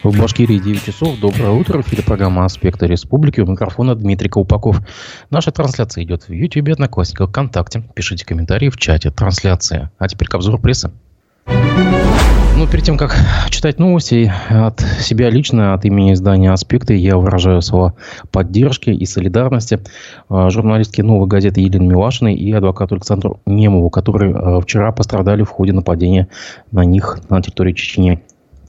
В Башкирии 9 часов. Доброе утро. В эфире программа «Аспекты Республики». У микрофона Дмитрий Колпаков. Наша трансляция идет в YouTube, Одноклассниках, ВКонтакте. Пишите комментарии в чате трансляции. А теперь к обзору прессы. Перед тем, как читать новости, от себя лично, от имени издания «Аспекты», я выражаю слова поддержки и солидарности журналистке «Новой газеты» Елене Милашиной и адвокату Александру Немову, которые вчера пострадали в ходе нападения на них на территории Чечни.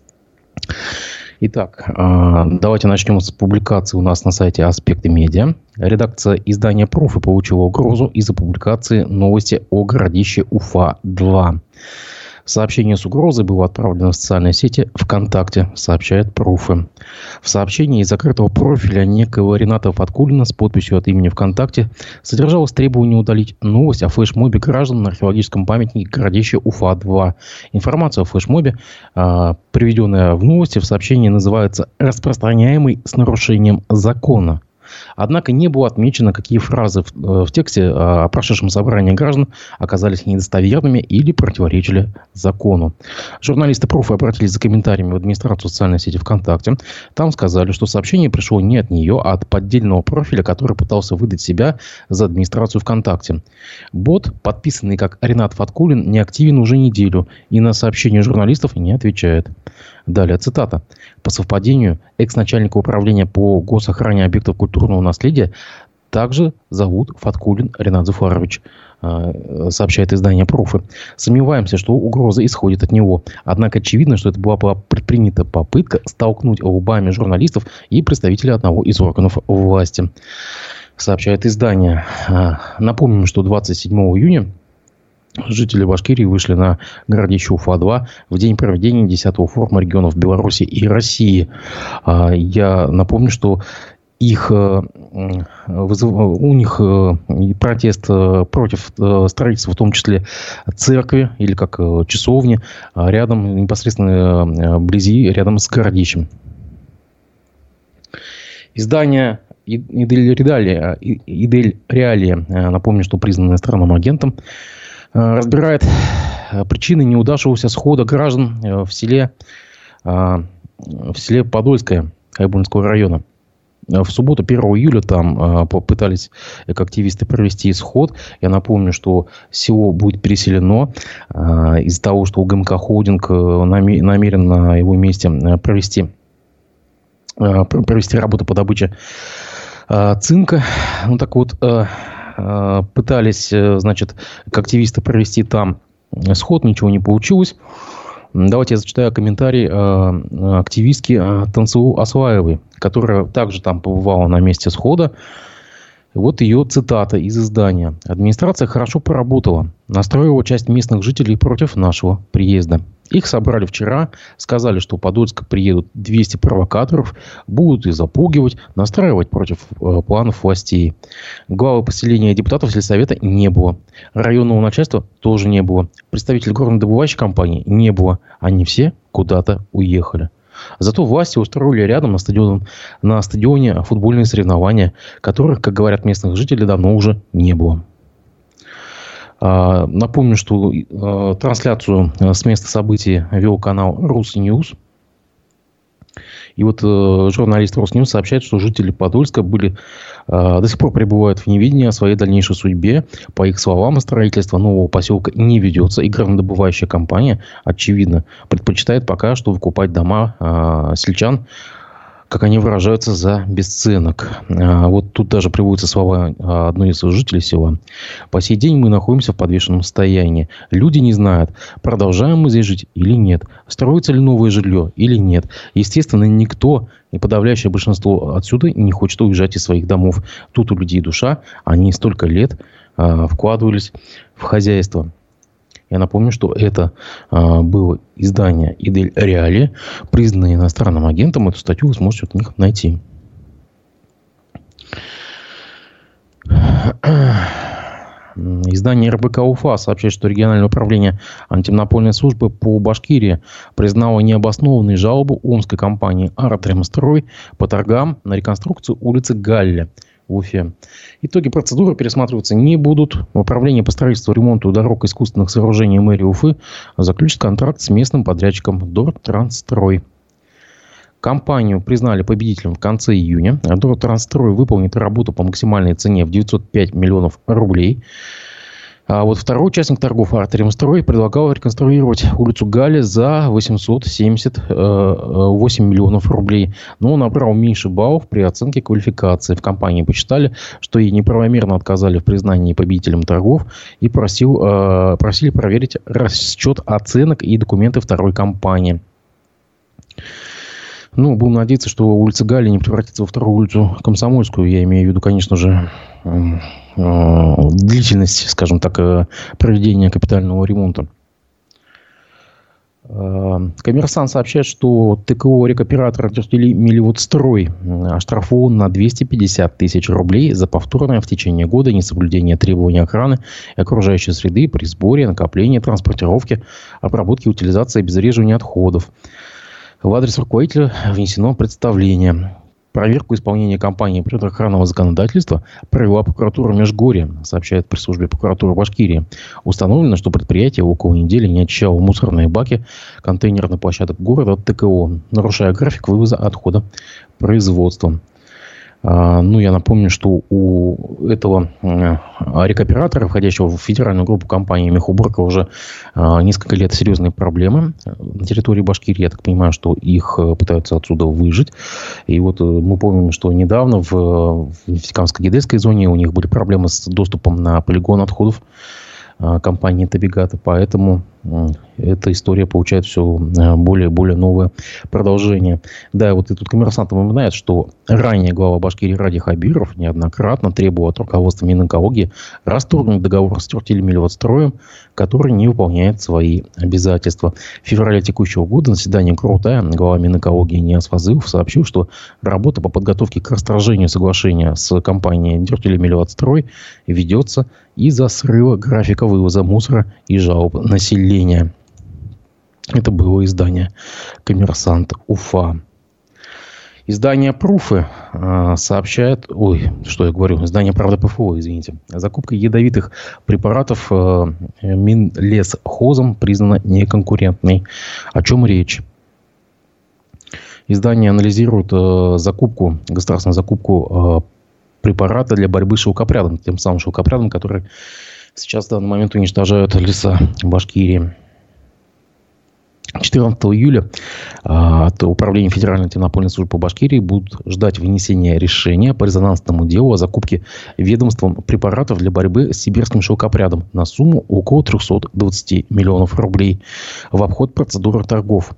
Итак, давайте начнем с публикации у нас на сайте «Аспекты Медиа». Редакция издания «Профи» получила угрозу из-за публикации новости о городище Уфа-2. Сообщение с угрозой было отправлено в социальной сети ВКонтакте, сообщает «Профи». В сообщении из закрытого профиля некого Рената Фаткуллина с подписью от имени ВКонтакте содержалось требование удалить новость о флешмобе граждан на археологическом памятнике городище Уфа-2. Информация о флешмобе, приведенная в новости, в сообщении называется «распространяемый с нарушением закона». Однако не было отмечено, какие фразы в тексте о прошедшем собрании граждан оказались недостоверными или противоречили закону. Журналисты «Профи» обратились за комментариями в администрацию социальной сети ВКонтакте. Там сказали, что сообщение пришло не от нее, а от поддельного профиля, который пытался выдать себя за администрацию ВКонтакте. Бот, подписанный как Ренат Фаткуллин, не активен уже неделю и на сообщения журналистов не отвечает. Далее цитата. По совпадению, экс-начальника управления по госохране объектов культурного наследия также зовут Фаткуллин Ренат Зуфарович, сообщает издание «Профи». Сомневаемся, что угроза исходит от него. Однако очевидно, что это была предпринята попытка столкнуть лбами журналистов и представителей одного из органов власти, сообщает издание. Напомним, что 27 июня жители Башкирии вышли на городище Уфа-2 в день проведения 10-го форума регионов Беларуси и России. Я напомню, что у них протест против строительства, в том числе церкви или как часовни, рядом, непосредственно вблизи, рядом с городищем. Издание «Идель Реалия», напомню, что признано иностранным агентом, разбирает причины неудавшегося схода граждан в селе Подольское Айбульского района. В субботу, 1 июля, там попытались активисты провести сход. Я напомню, что село будет переселено из-за того, что УГМК «Холдинг» намерен на его месте провести работу по добыче цинка. Так вот, пытались, активисты провести там сход, ничего не получилось. Давайте я зачитаю комментарий активистки Тансылу Аслаевой, которая также там побывала на месте схода. Вот ее цитата из издания. «Администрация хорошо поработала. Настроила часть местных жителей против нашего приезда. Их собрали вчера, сказали, что в Подольск приедут 200 провокаторов, будут их запугивать, настраивать против планов властей. Главы поселения депутатов сельсовета не было. Районного начальства тоже не было. Представителей горнодобывающей компании не было. Они все куда-то уехали. Зато власти устроили рядом на стадионе футбольные соревнования, которых, как говорят местных жителей, давно уже не было». Напомню, что трансляцию с места событий вел канал Русньюз. И вот журналист Русньюз сообщает, что жители Подольска до сих пор пребывают в неведении о своей дальнейшей судьбе. По их словам, строительство нового поселка не ведется. И горнодобывающая компания, очевидно, предпочитает пока что выкупать дома сельчан, как они выражаются, за бесценок. Вот тут даже приводятся слова одной из жителей села. «По сей день мы находимся в подвешенном состоянии. Люди не знают, продолжаем мы здесь жить или нет. Строится ли новое жилье или нет. Естественно, никто и подавляющее большинство отсюда не хочет уезжать из своих домов. Тут у людей душа. Они столько лет вкладывались в хозяйство». Я напомню, что это было издание «Идель Реалия», признанное иностранным агентом. Эту статью вы сможете от них найти. Издание РБК Уфа сообщает, что региональное управление антимонопольной службы по Башкирии признало необоснованные жалобы омской компании «Аратремстрой» по торгам на реконструкцию улицы Галле в Уфе. Итоги процедуры пересматриваться не будут. Управление по строительству и ремонту дорог и искусственных сооружений мэрии Уфы заключит контракт с местным подрядчиком Дортранстрой. Компанию признали победителем в конце июня. Дортранстрой выполнит работу по максимальной цене в 905 миллионов рублей. А вот второй участник торгов «Артремстрой» предлагал реконструировать улицу Галя за 878 миллионов рублей. Но он набрал меньше баллов при оценке квалификации. В компании посчитали, что ей неправомерно отказали в признании победителем торгов и просили проверить расчет оценок и документы второй компании. Ну, будем надеяться, что улица Галя не превратится во вторую улицу Комсомольскую. Я имею в виду, конечно же, длительность, скажем так, проведения капитального ремонта. Коммерсант сообщает, что ТКО рекоператора «Тертель-Мелиотстрой» оштрафован на 250 тысяч рублей за повторное в течение года несоблюдение требований охраны и окружающей среды при сборе, накоплении, транспортировке, обработке, утилизации и обезвреживании отходов. В адрес руководителя внесено представление. Проверку исполнения компании природоохранного законодательства провела прокуратура Межгорья, сообщает пресс-службе прокуратуры Башкирии. Установлено, что предприятие около недели не очищало мусорные баки контейнерных площадок города от ТКО, нарушая график вывоза отхода производства. Ну, я напомню, что у этого рекоператора, входящего в федеральную группу компании «Мехуборка», уже несколько лет серьезные проблемы на территории Башкирии. Я так понимаю, что их пытаются отсюда выжить. И вот мы помним, что недавно в Нефтекамско-Гидельской зоне у них были проблемы с доступом на полигон отходов компании «Табигата». Поэтому эта история получает все более новое продолжение. Да, вот и тут коммерсант упоминает, что ранее глава Башкирии Ради Хабиров неоднократно требовал от руководства Минэкологии расторгнуть договор с «Тертель-Мелиотстроем», который не выполняет свои обязательства. В феврале текущего года на заседании Крутая глава Минэкологии Нияз Фазылов сообщил, что работа по подготовке к расторжению соглашения с компанией «Тертель-Мелиотстрой» ведется из-за срыва графика вывоза мусора и жалоб населения. Это было издание «Коммерсант Уфа». Издание «Пруфы» сообщает... Издание «Правда ПФО», извините. Закупка ядовитых препаратов Минлесхозом признана неконкурентной. О чем речь? Издание анализирует государственную закупку препарата для борьбы с шелкопрядом. Тем самым шелкопрядом, который сейчас в данный момент уничтожают леса Башкирии. 14 июля от Управления Федеральной антимонопольной службы по Башкирии будут ждать вынесения решения по резонансному делу о закупке ведомством препаратов для борьбы с сибирским шелкопрядом на сумму около 320 миллионов рублей в обход процедуры торгов.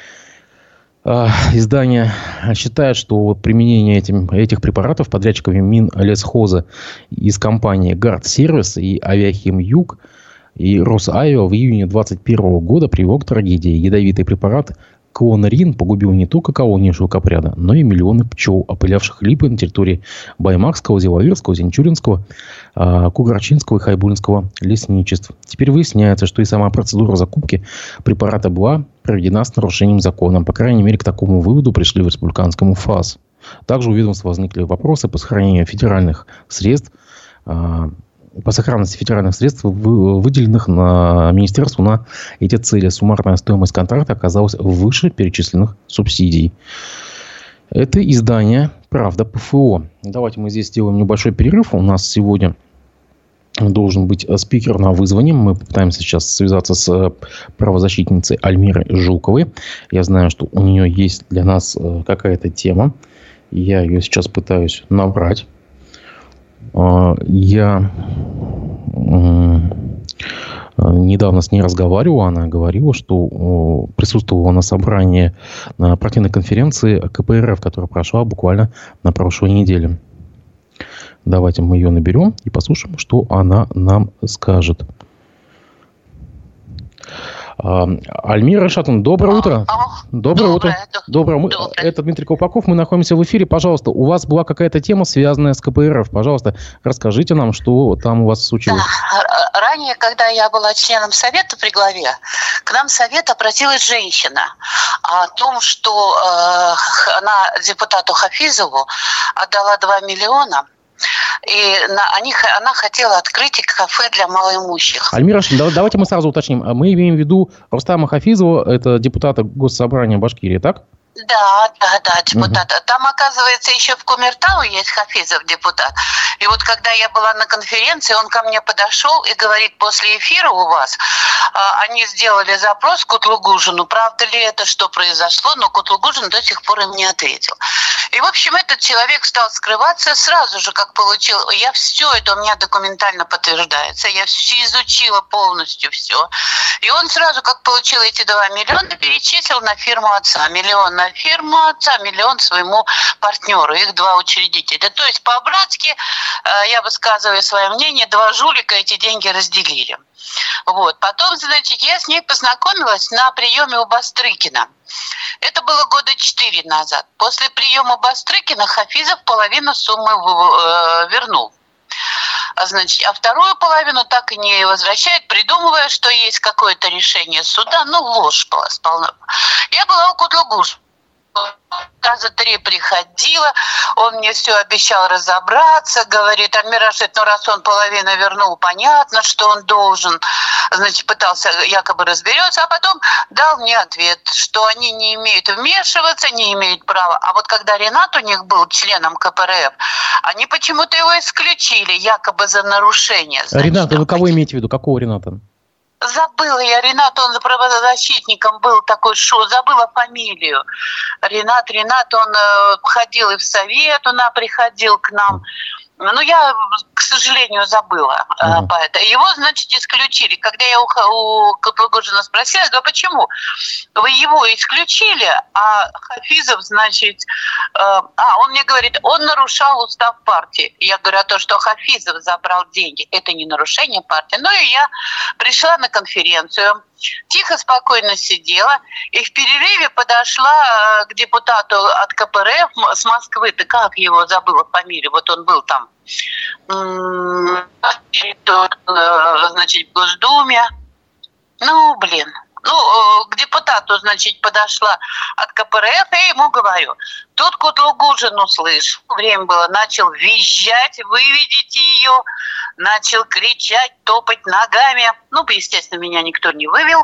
Издание считает, что применение этих препаратов подрядчиками Минлесхоза из компании «Гардсервис» и «Авиахим-Юг» и «Росавиа» в июне 2021 года привело к трагедии. Ядовитый препарат клонарин погубил не только колонии шелкопряда, но и миллионы пчел, опылявших липы на территории Баймакского, Зеловирского, Зенчуринского, Кугарчинского и Хайбулинского лесничеств. Теперь выясняется, что и сама процедура закупки препарата была проведена с нарушением закона. По крайней мере, к такому выводу пришли в республиканском УФАС. Также у ведомства возникли вопросы по сохранению федеральных средств, по сохранности федеральных средств, выделенных на министерству на эти цели. Суммарная стоимость контракта оказалась выше перечисленных субсидий. Это издание «Правда ПФО». Давайте мы здесь сделаем небольшой перерыв. У нас сегодня должен быть спикер на вызвании. Мы попытаемся сейчас связаться с правозащитницей Альмирой Жуковой. Я знаю, что у нее есть для нас какая-то тема. Я ее сейчас пытаюсь набрать. Я недавно с ней разговаривал. Она говорила, что присутствовала на собрании на партийной конференции КПРФ, которая прошла буквально на прошлой неделе. Давайте мы ее наберем и послушаем, что она нам скажет. Альмира Шатун, доброе утро. Доброе утро. Доброе. Это Дмитрий Колпаков. Мы находимся в эфире. Пожалуйста, у вас была какая-то тема, связанная с КПРФ. Пожалуйста, расскажите нам, что там у вас случилось. Да. Ранее, когда я была членом совета при главе, к нам в совет обратилась женщина о том, что она депутату Хафизову отдала 2 миллиона. И она хотела открыть кафе для малоимущих. Альмира, давайте мы сразу уточним. Мы имеем в виду Рустама Хафизова, это депутата Госсобрания Башкирии, так? Да, депутат. Там, оказывается, еще в Кумертау есть Хафизов депутат. И вот когда я была на конференции, он ко мне подошел и говорит, после эфира у вас они сделали запрос Кутлугужину, правда ли это, что произошло, но Кутлугужин до сих пор им не ответил. И, в общем, этот человек стал скрываться сразу же, как получил. Я все это, у меня документально подтверждается, я все изучила полностью все. И он сразу, как получил эти 2 миллиона, перечислил на фирму отца. Миллион на фирму отца, миллион своему партнеру, их 2 учредителя. То есть по-братски, я высказываю свое мнение, 2 жулика эти деньги разделили. Вот. Потом, значит, я с ней познакомилась на приеме у Бастрыкина. Это было года 4 назад. После приема Бастрыкина Хафизов половину суммы вернул. Значит, а вторую половину так и не возвращает, придумывая, что есть какое-то решение суда. Ну, ложь была сполна. Я была у Кутлугужина. Раза 3 приходила, он мне все обещал разобраться, говорит, Альмира Рашид, ну раз он половину вернул, понятно, что он должен, значит, пытался якобы разберется, а потом дал мне ответ, что они не имеют вмешиваться, не имеют права. А вот когда Ренат у них был членом КПРФ, они почему-то его исключили, якобы за нарушение. Значит, Рената, вы кого имеете в виду? Какого Рената? Забыла я, Ренат, он правозащитником был такой, забыла фамилию. Ренат, он ходил и в совет, он приходил к нам. Ну, я, к сожалению, забыла. Поэтому. Его, значит, исключили. Когда я у Кутлугужина спросила, да почему? Вы его исключили, а Хафизов, значит... он мне говорит, он нарушал устав партии. Я говорю, то, что Хафизов забрал деньги, это не нарушение партии. Ну, и я пришла на конференцию, тихо, спокойно сидела, и в перерыве подошла к депутату от КПРФ с Москвы. Ты как его забыла фамилию? Вот он был там, значит, в Госдуме. К депутату, значит, подошла от КПРФ, и я ему говорю, тут Кутлугужин услышал, время было, начал визжать, выведите ее, начал кричать, топать ногами. Естественно, меня никто не вывел.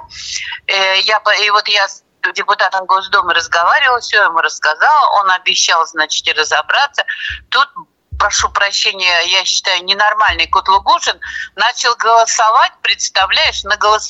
И вот я с депутатом Госдумы разговаривала, все ему рассказала, он обещал, значит, разобраться. Тут, прошу прощения, я считаю, ненормальный Кутлугужин начал голосовать, представляете,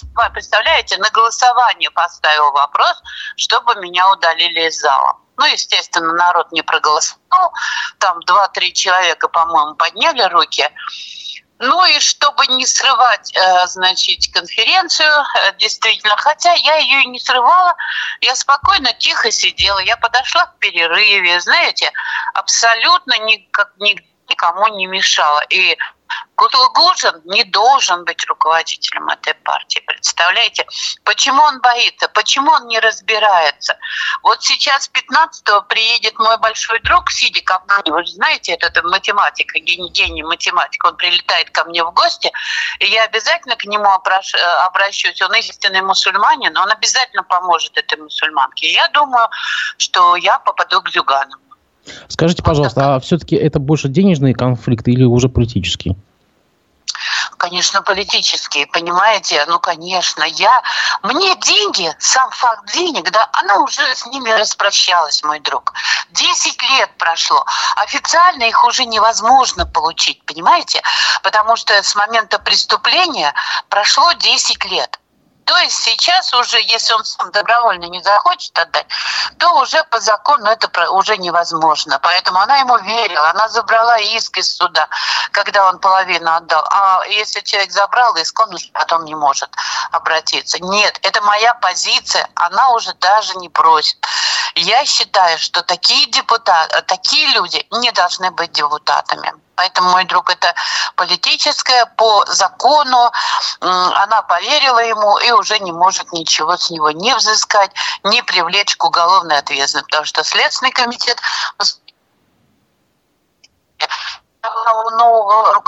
на голосование поставил вопрос, чтобы меня удалили из зала. Естественно, народ не проголосовал, там 2-3 человека, по-моему, подняли руки. И чтобы не срывать, значит, конференцию, действительно, хотя я ее и не срывала, я спокойно, тихо сидела, я подошла в перерыве, знаете, абсолютно никому не мешала. И Кутлугужин не должен быть руководителем этой партии, представляете? Почему он боится? Почему он не разбирается? Вот сейчас 15-го приедет мой большой друг Сиди Кабани, вы же знаете, это математик, гений математик, он прилетает ко мне в гости, и я обязательно к нему обращусь. Он истинный мусульманин, он обязательно поможет этой мусульманке. Я думаю, что я попаду к Зюганову. Скажите, пожалуйста, а все-таки это больше денежный конфликт или уже политический? Конечно, политические, понимаете? Конечно. Мне деньги, сам факт денег, да, она уже с ними распрощалась, мой друг. 10 лет прошло. Официально их уже невозможно получить, понимаете? Потому что с момента преступления прошло 10 лет. То есть сейчас уже, если он сам добровольно не захочет отдать, то уже по закону это уже невозможно. Поэтому она ему верила, она забрала иск из суда, когда он половину отдал. А если человек забрал иск, он уже потом не может обратиться. Нет, это моя позиция, она уже даже не просит. Я считаю, что такие люди не должны быть депутатами. Поэтому, мой друг, это политическое, по закону, она поверила ему и уже не может ничего с него не взыскать, не привлечь к уголовной ответственности. Потому что Следственный комитет нового руководителя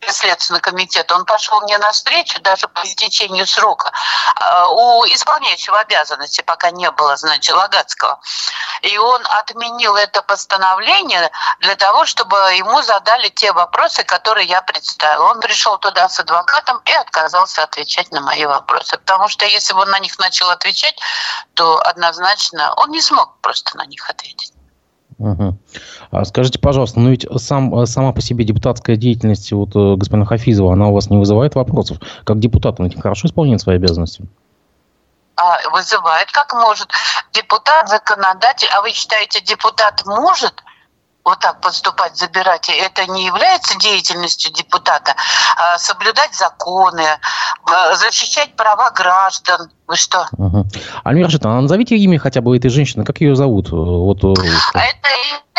Следственный комитет, он пошел мне навстречу даже по истечению срока у исполняющего обязанности, пока не было, значит, Лагацкого. И он отменил это постановление для того, чтобы ему задали те вопросы, которые я представила. Он пришел туда с адвокатом и отказался отвечать на мои вопросы. Потому что если бы он на них начал отвечать, то однозначно он не смог просто на них ответить. Угу. Скажите, пожалуйста, но ведь сама по себе депутатская деятельность господина Хафизова, она у вас не вызывает вопросов? Как депутат, он ведь хорошо исполняет свои обязанности? Вызывает, как может. Депутат, законодатель. А вы считаете, депутат может вот так поступать, забирать? Это не является деятельностью депутата? Соблюдать законы, защищать права граждан. Вы что? Угу. Альмира Рашидовна, назовите имя хотя бы этой женщины. Как ее зовут? Это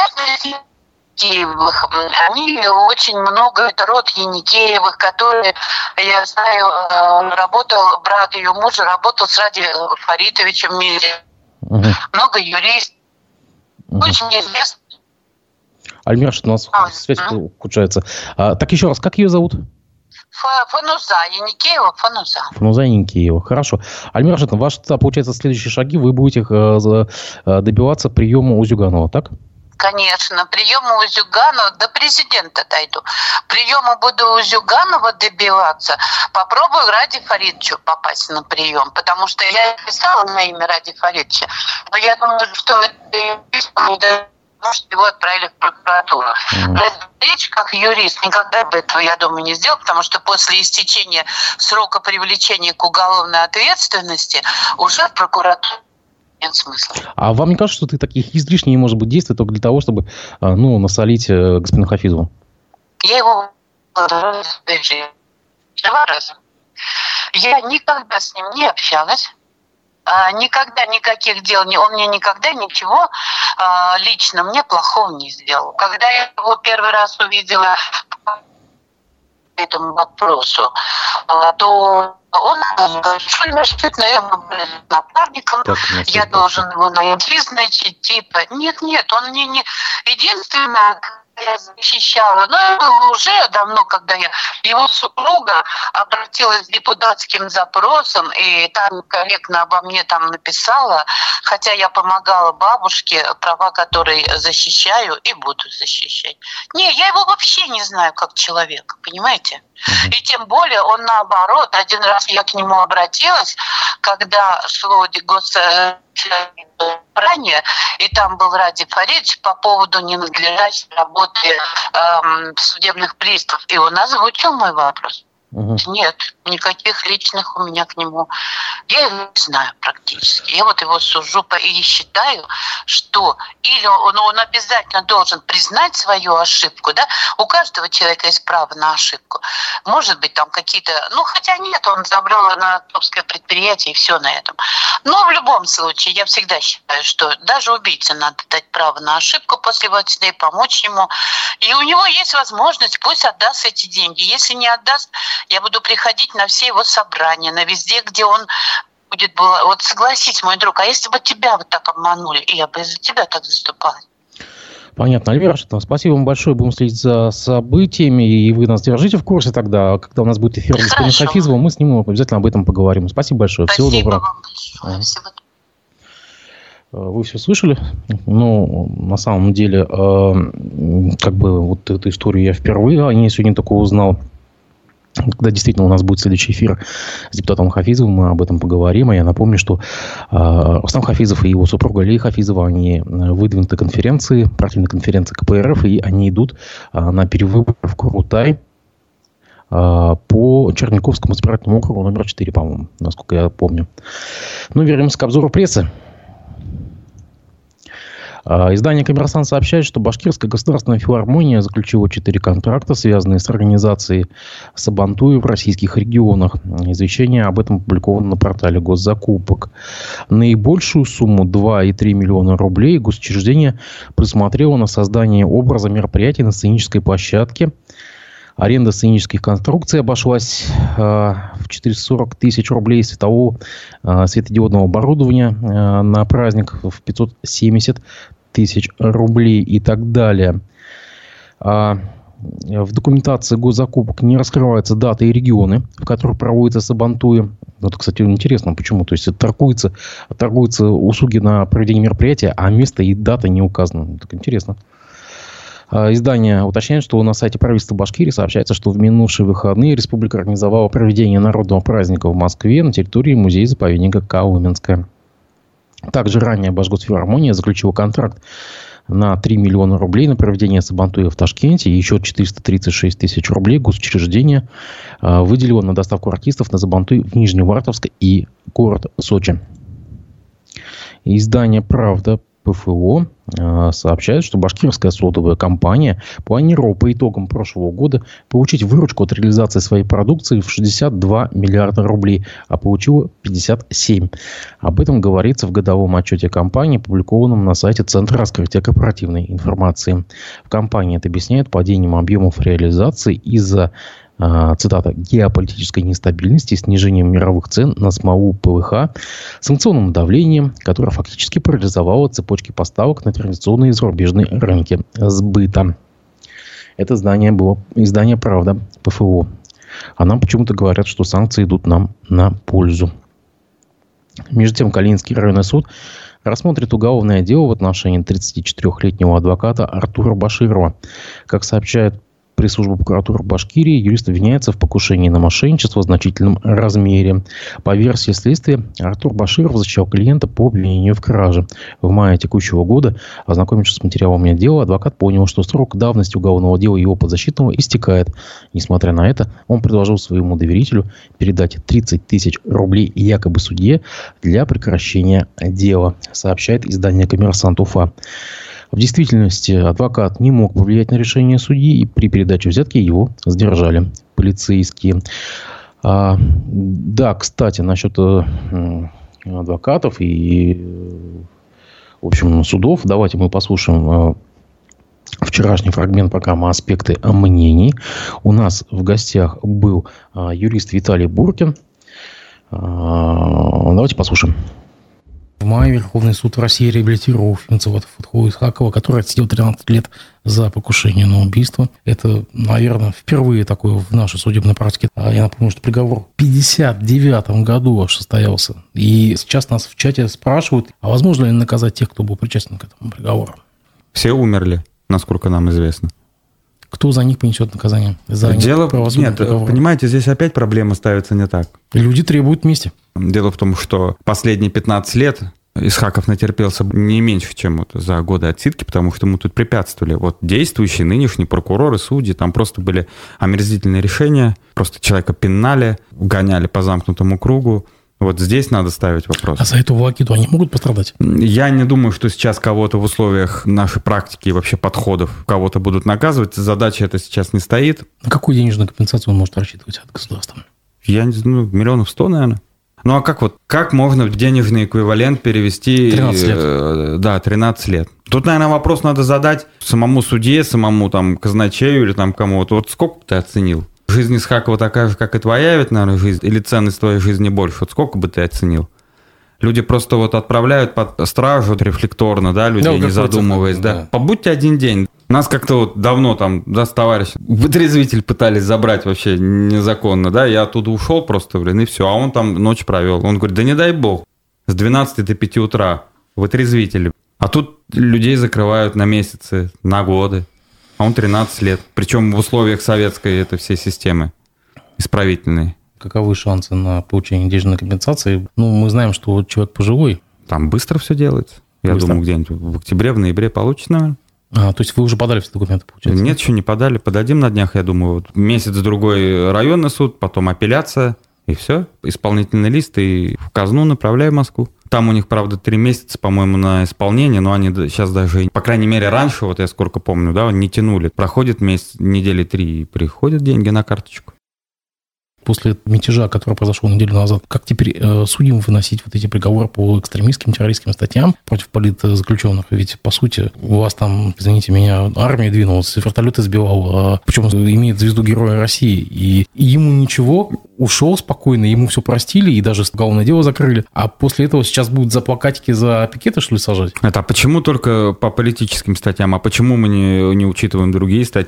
Яникеевых. Они очень много, это род Яникеевых, которые, я знаю, работал, брат ее мужа работал с Ради Фаритовичем Мире. Угу. Много юристов. Очень известно. Альмира Рашидовна, у нас связь ухудшается. Так еще раз, как ее зовут? Фануза, Яникеева, Фануза. Фануза Яникеева, хорошо. Альмира Рашидовна, ваши, получается, следующие шаги, вы будете добиваться приема у Зюганова, так? Конечно, приема у Зюганова, до президента дойду. Приема буду у Зюганова добиваться. Попробую Ради Фаридовичу попасть на прием, потому что я писала на имя Ради Фаридовича, но я думаю, что это... Может, его отправили в прокуратуру. Речь как юрист никогда бы этого, я думаю, не сделал, потому что после истечения срока привлечения к уголовной ответственности уже в прокуратуре нет смысла. А вам не кажется, что таких излишних может быть действий только для того, чтобы насолить господину Хафизову? Я его 2 раза. Я никогда с ним не общалась. Никогда никаких дел, он мне никогда ничего лично мне плохого не сделал. Когда я его первый раз увидела по этому вопросу, то он напарником, я должен его найти, значит, типа. Нет, он мне не... Единственное, я защищала, но это было уже давно, когда его супруга обратилась с депутатским запросом, и там корректно обо мне там написала, хотя я помогала бабушке, права которой защищаю и буду защищать. Не, я его вообще не знаю как человека, понимаете? И тем более он наоборот, один раз я к нему обратилась, когда шло собрание, и там был Ради Фаридович по поводу ненадлежащей работы судебных приставов. И он озвучил мой вопрос. Нет, никаких личных у меня к нему. Я его не знаю практически. Я вот его сужу и считаю, что или он обязательно должен признать свою ошибку, да? У каждого человека есть право на ошибку. Может быть, там какие-то... хотя нет, он забрал на топское предприятие, и все на этом. Но в любом случае, я всегда считаю, что даже убийце надо дать право на ошибку после войны и помочь ему. И у него есть возможность, пусть отдаст эти деньги. Если не отдаст, я буду приходить на все его собрания, на везде, где он будет... Вот согласись, мой друг, а если бы тебя вот так обманули, и я бы из-за тебя так заступала? Понятно. Альмира Рашидовна, спасибо вам большое. Будем следить за событиями, и вы нас держите в курсе тогда. Когда у нас будет эфир господина Хафизова, мы с ним обязательно об этом поговорим. Спасибо большое. Всего доброго. Вам большое. Всего доброго. Вы все слышали? На самом деле, вот эту историю я впервые о ней сегодня только узнал. Когда действительно у нас будет следующий эфир с депутатом Хафизовым, мы об этом поговорим. А я напомню, что Рустам Хафизов и его супруга Алия Хафизова, они выдвинуты конференции, партийной конференции КПРФ, и они идут на перевыборы в Курутай по Черниковскому избирательному округу номер 4, по-моему, насколько я помню. Вернемся к обзору прессы. Издание «Коммерсант» сообщает, что Башкирская государственная филармония заключила 4 контракта, связанные с организацией Сабантуи в российских регионах. Извещение об этом опубликовано на портале госзакупок. Наибольшую сумму 2,3 миллиона рублей госучреждение присмотрело на создание образа мероприятий на сценической площадке. Аренда сценических конструкций обошлась в 440 тысяч рублей, светодиодного оборудования на праздник в 570 тысяч рублей и так далее. В документации госзакупок не раскрываются даты и регионы, в которых проводятся сабантуи. Вот, кстати, интересно, почему. То есть торгуются услуги на проведение мероприятия, а место и дата не указаны. Так интересно. Издание уточняет, что на сайте правительства Башкирии сообщается, что в минувшие выходные республика организовала проведение народного праздника в Москве на территории музея-заповедника Колыменское. Также ранее Башгосфилармония заключила контракт на 3 миллиона рублей на проведение сабантуя в Ташкенте. И еще 436 тысяч рублей госучреждение выделило на доставку артистов на сабантуй в Нижневартовск и город Сочи. Издание «Правда» ПФО сообщает, что башкирская содовая компания планировала по итогам прошлого года получить выручку от реализации своей продукции в 62 миллиарда рублей, а получила 57. Об этом говорится в годовом отчете компании, опубликованном на сайте Центра раскрытия корпоративной информации. В компании это объясняет падением объемов реализации из-за, цитата, геополитической нестабильности, снижением мировых цен на смолу ПВХ, санкционным давлением, которое фактически парализовало цепочки поставок на традиционные зарубежные рынки сбыта. Это издание «Правда» ПФО. А нам почему-то говорят, что санкции идут нам на пользу. Между тем, Калининский районный суд рассмотрит уголовное дело в отношении 34-летнего адвоката Артура Баширова. Как сообщает пресс-служба прокуратуры Башкирии, юрист обвиняется в покушении на мошенничество в значительном размере. По версии следствия, Артур Баширов защищал клиента по обвинению в краже. В мае текущего года, ознакомившись с материалами дела, адвокат понял, что срок давности уголовного дела его подзащитного истекает. Несмотря на это, он предложил своему доверителю передать 30 тысяч рублей якобы судье для прекращения дела, сообщает издание «Коммерсант Уфа». В действительности адвокат не мог повлиять на решение судьи, и при передаче взятки его задержали полицейские. Да, кстати, насчет адвокатов и, в общем, судов. Давайте мы послушаем вчерашний фрагмент программы «Аспекты мнений». У нас в гостях был юрист Виталий Буркин. Давайте послушаем. В мае Верховный суд России реабилитировал Финцева Фатху Исхакова, который отсидел 13 лет за покушение на убийство. Это, наверное, впервые такое в нашей судебной практике. Я напомню, что приговор в 1959 году аж состоялся. И сейчас нас в чате спрашивают, а возможно ли наказать тех, кто был причастен к этому приговору? Все умерли, насколько нам известно. Кто за них понесет наказание? Нет, понимаете, здесь опять проблема ставится не так. Люди требуют мести. Дело в том, что последние 15 лет Исхаков натерпелся не меньше, чем вот за годы отсидки, потому что ему тут препятствовали. Вот действующие нынешние прокуроры, судьи, там просто были омерзительные решения, просто человека пинали, гоняли по замкнутому кругу. Вот здесь надо ставить вопрос. А за эту волокиту они могут пострадать? Я не думаю, что сейчас кого-то в условиях нашей практики и вообще подходов кого-то будут наказывать. Задача эта сейчас не стоит. На какую денежную компенсацию он может рассчитывать от государства? Я не знаю, 100 миллионов, наверное. Ну, а как можно в денежный эквивалент перевести... 13 лет. Да, 13 лет. Тут, наверное, вопрос надо задать самому судье, самому там казначею или там кому-то. Вот сколько ты оценил? Жизнь Исхакова такая же, как и твоя, ведь, наверное, жизнь, или ценность твоей жизни больше. Вот сколько бы ты оценил? Люди просто вот отправляют под стражу рефлекторно, да, людей, не задумываясь, да. Побудьте один день. Нас как-то вот давно там, да, с товарищем вытрезвитель пытались забрать вообще незаконно, да, я оттуда ушел просто, и все, а он там ночь провел. Он говорит, да не дай бог, с 12 до 5 утра вытрезвители. А тут людей закрывают на месяцы, на годы. А он 13 лет. Причем в условиях советской это все системы исправительные. Каковы шансы на получение денежной компенсации? Ну, мы знаем, что человек пожилой. Там быстро все делается. Я думаю, где-нибудь в октябре, в ноябре получится, наверное. То есть вы уже подали все документы, получается? Нет, еще не подали. Подадим на днях, я думаю. Вот месяц-другой районный суд, потом апелляция. И все. Исполнительный лист и в казну направляю в Москву. Там у них, правда, 3 месяца, по-моему, на исполнение, но они сейчас даже, по крайней мере, раньше, вот я сколько помню, да, не тянули. Проходит месяц, недели 3, и приходят деньги на карточку. После мятежа, который произошел неделю назад, как теперь судьям выносить вот эти приговоры по экстремистским, террористским статьям против политзаключенных? Ведь, по сути, у вас там, извините меня, армия двинулась, вертолеты сбивал, причем имеет звезду Героя России, и ему ничего, ушел спокойно, ему все простили, и даже уголовное дело закрыли, а после этого сейчас будут за плакатики, за пикеты, что ли, сажать? Это почему только по политическим статьям, а почему мы не учитываем другие статьи?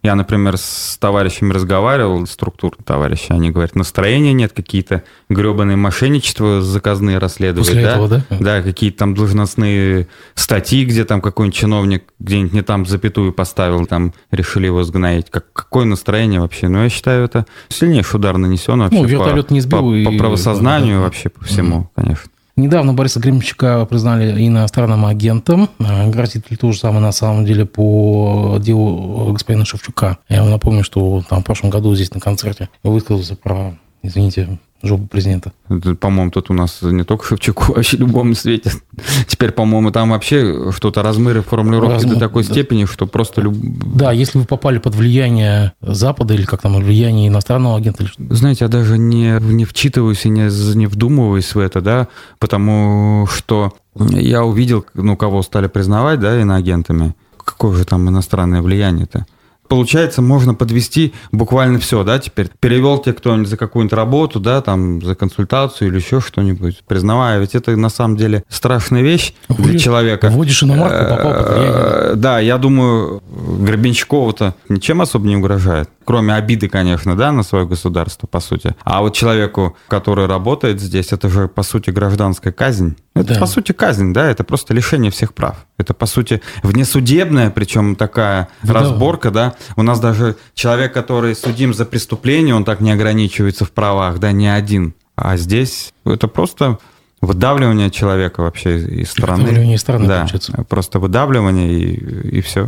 Я, например, с товарищами разговаривал, структурные товарищи, они говорят, настроения нет, какие-то гребаные мошенничества заказные расследовали. После этого, да? Да, какие-то там должностные статьи, где там какой-нибудь чиновник где-нибудь не там запятую поставил, там решили его сгноить. Какое настроение вообще? Ну, я считаю, это сильнейший удар нанесен вообще вертолет не сбил по правосознанию вообще, по всему, конечно. Недавно Бориса Гребенщика признали иностранным агентом. Грозит ли то же самое на самом деле по делу господина Шевчука? Я вам напомню, что там в прошлом году здесь на концерте высказался про, извините, жопу президента. По-моему, тут у нас не только Шевчуку, вообще любому светит. Теперь, по-моему, там вообще что-то размыры формулировки до такой степени, что просто... Да, если вы попали под влияние Запада или как там, влияние иностранного агента. Знаете, я даже не вчитываюсь и не вдумываюсь в это, да, потому что я увидел, кого стали признавать, да, иноагентами. Какое же там иностранное влияние-то? Получается, можно подвести буквально все, да, теперь. Перевел тебе кто-нибудь за какую-нибудь работу, да, там, за консультацию или еще что-нибудь, признавая, ведь это на самом деле страшная вещь для человека. Вводишь иномарку, попал под влияние. Да, я думаю, Гребенщикову-то ничем особо не угрожает. Кроме обиды, конечно, да, на свое государство, по сути. А вот человеку, который работает здесь, это же, по сути, гражданская казнь. Это, по сути, казнь, да, это просто лишение всех прав. Это, по сути, внесудебная, причем такая разборка, да. У нас даже человек, который судим за преступление, он так не ограничивается в правах, да, не один. А здесь это просто выдавливание человека вообще из страны. Выдавливание из страны, да, получается. Просто выдавливание и все.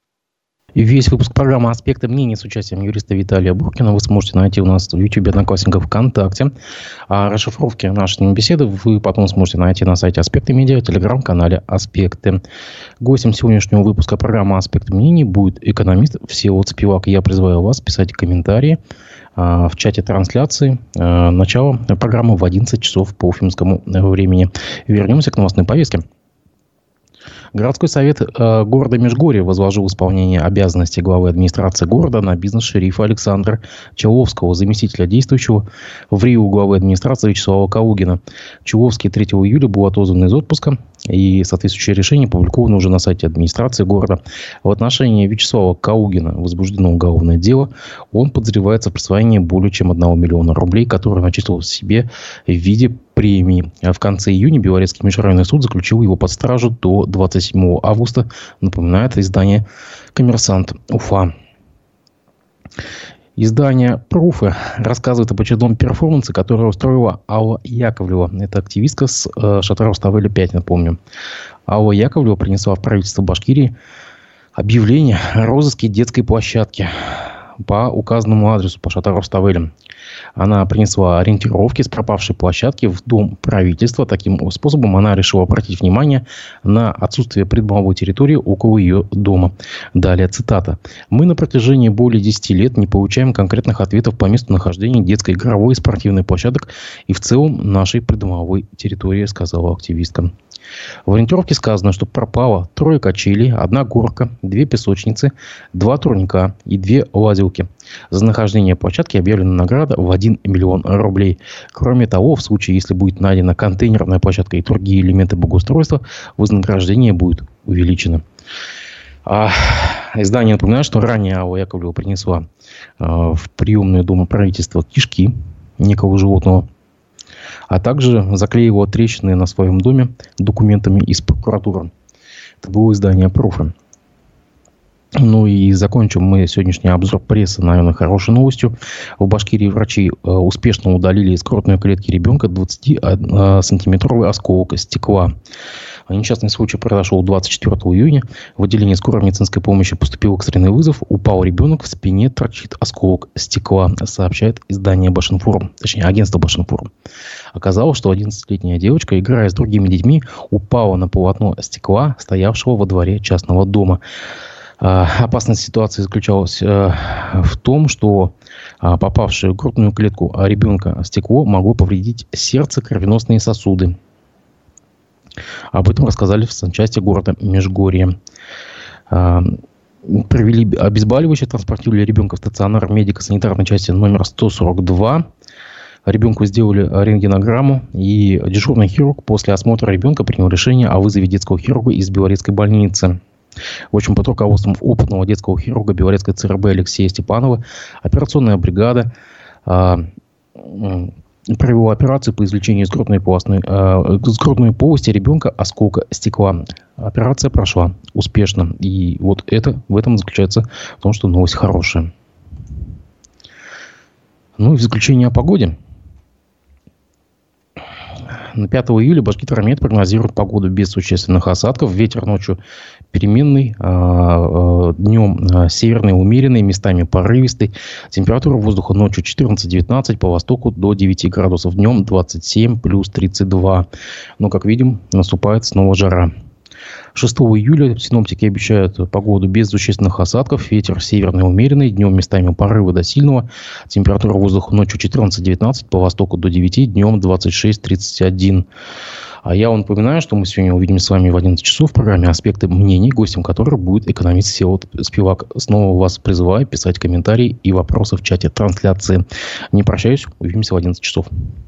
И весь выпуск программы «Аспекты мнений» с участием юриста Виталия Буркина вы сможете найти у нас в YouTube, Одноклассниках, ВКонтакте. А расшифровки нашей беседы вы потом сможете найти на сайте «Аспекты Медиа», телеграм-канале «Аспекты». Гостем сегодняшнего выпуска программы «Аспекты мнений» будет экономист Всеволод Спивак. Я призываю вас писать комментарии в чате трансляции. Начало программы в 11 часов по уфимскому времени. Вернемся к новостной повестке. Городской совет города Межгорье возложил исполнение обязанностей главы администрации города на бизнес-шерифа Александра Челововского, заместителя действующего в РИО главы администрации Вячеслава Калугина. Челововский 3 июля был отозван из отпуска, и соответствующее решение опубликовано уже на сайте администрации города. В отношении Вячеслава Калугина возбуждено уголовное дело. Он подозревается в присвоении более чем 1 миллиона рублей, которые начислил себе в виде премии. В конце июня Белорецкий межрайонный суд заключил его под стражу до 27 августа, напоминает издание «Коммерсант Уфа». Издание «Пруфы» рассказывает об очередном перформансе, который устроила Алла Яковлева. Это активистка с шатра Руставели 5, напомню. Алла Яковлева принесла в правительство Башкирии объявление о розыске детской площадки по указанному адресу, по шатру Руставели. Она принесла ориентировки с пропавшей площадки в Дом правительства. Таким способом она решила обратить внимание на отсутствие придомовой территории около ее дома. Далее цитата. «Мы на протяжении более 10 лет не получаем конкретных ответов по месту нахождения детской игровой и спортивной площадок и в целом нашей придомовой территории», сказала активистка. В ориентировке сказано, что пропало 3 качелей, 1 горка, 2 песочницы, 2 турника и 2 лазилки. За нахождение площадки объявлена награда в 1 миллион рублей. Кроме того, в случае, если будет найдена контейнерная площадка и другие элементы благоустройства, вознаграждение будет увеличено. Издание напоминает, что ранее Алла Яковлева принесла в приемную Дома правительства кишки некого животного, а также заклеивала трещины на своем доме документами из прокуратуры. Это было издание «Пруфы». Ну и закончим мы сегодняшний обзор прессы, наверное, хорошей новостью. В Башкирии врачи успешно удалили из грудной клетки ребенка 20-сантиметровый осколок стекла. Несчастный случай произошел 24 июня. В отделении скорой медицинской помощи поступил экстренный вызов. Упал ребенок, в спине торчит осколок стекла, сообщает издание Башинформ, точнее агентство Башинформ. Оказалось, что 11-летняя девочка, играя с другими детьми, упала на полотно стекла, стоявшего во дворе частного дома. Опасность ситуации заключалась в том, что попавшее в грудную клетку ребенка стекло могло повредить сердце, кровеносные сосуды. Об этом рассказали в санчасти города Межгорье. Провели обезболивающее, транспортировали ребенка в стационар медико-санитарной части номер 142. Ребенку сделали рентгенограмму, и дежурный хирург после осмотра ребенка принял решение о вызове детского хирурга из Белорецкой больницы. В общем, под руководством опытного детского хирурга Белорецкой ЦРБ Алексея Степанова операционная бригада провела операцию по извлечению из грудной полости ребенка осколка стекла. Операция прошла успешно. И вот в этом заключается в том, что новость хорошая. Ну и в заключение о погоде. На 5 июля Башгидромет прогнозирует погоду без существенных осадков. Ветер ночью переменный, днем северный, умеренный, местами порывистый. Температура воздуха ночью 14-19, по востоку до 9 градусов. Днем 27 плюс 32. Но, как видим, наступает снова жара. 6 июля синоптики обещают погоду без существенных осадков. Ветер северный умеренный. Днем местами порывы до сильного. Температура воздуха ночью 14-19. По востоку до 9. Днем 26-31. А я вам напоминаю, что мы сегодня увидимся с вами в 11 часов в программе «Аспекты мнений», гостем которой будет экономист Всеволод Спивак. Снова вас призываю писать комментарии и вопросы в чате трансляции. Не прощаюсь. Увидимся в 11 часов.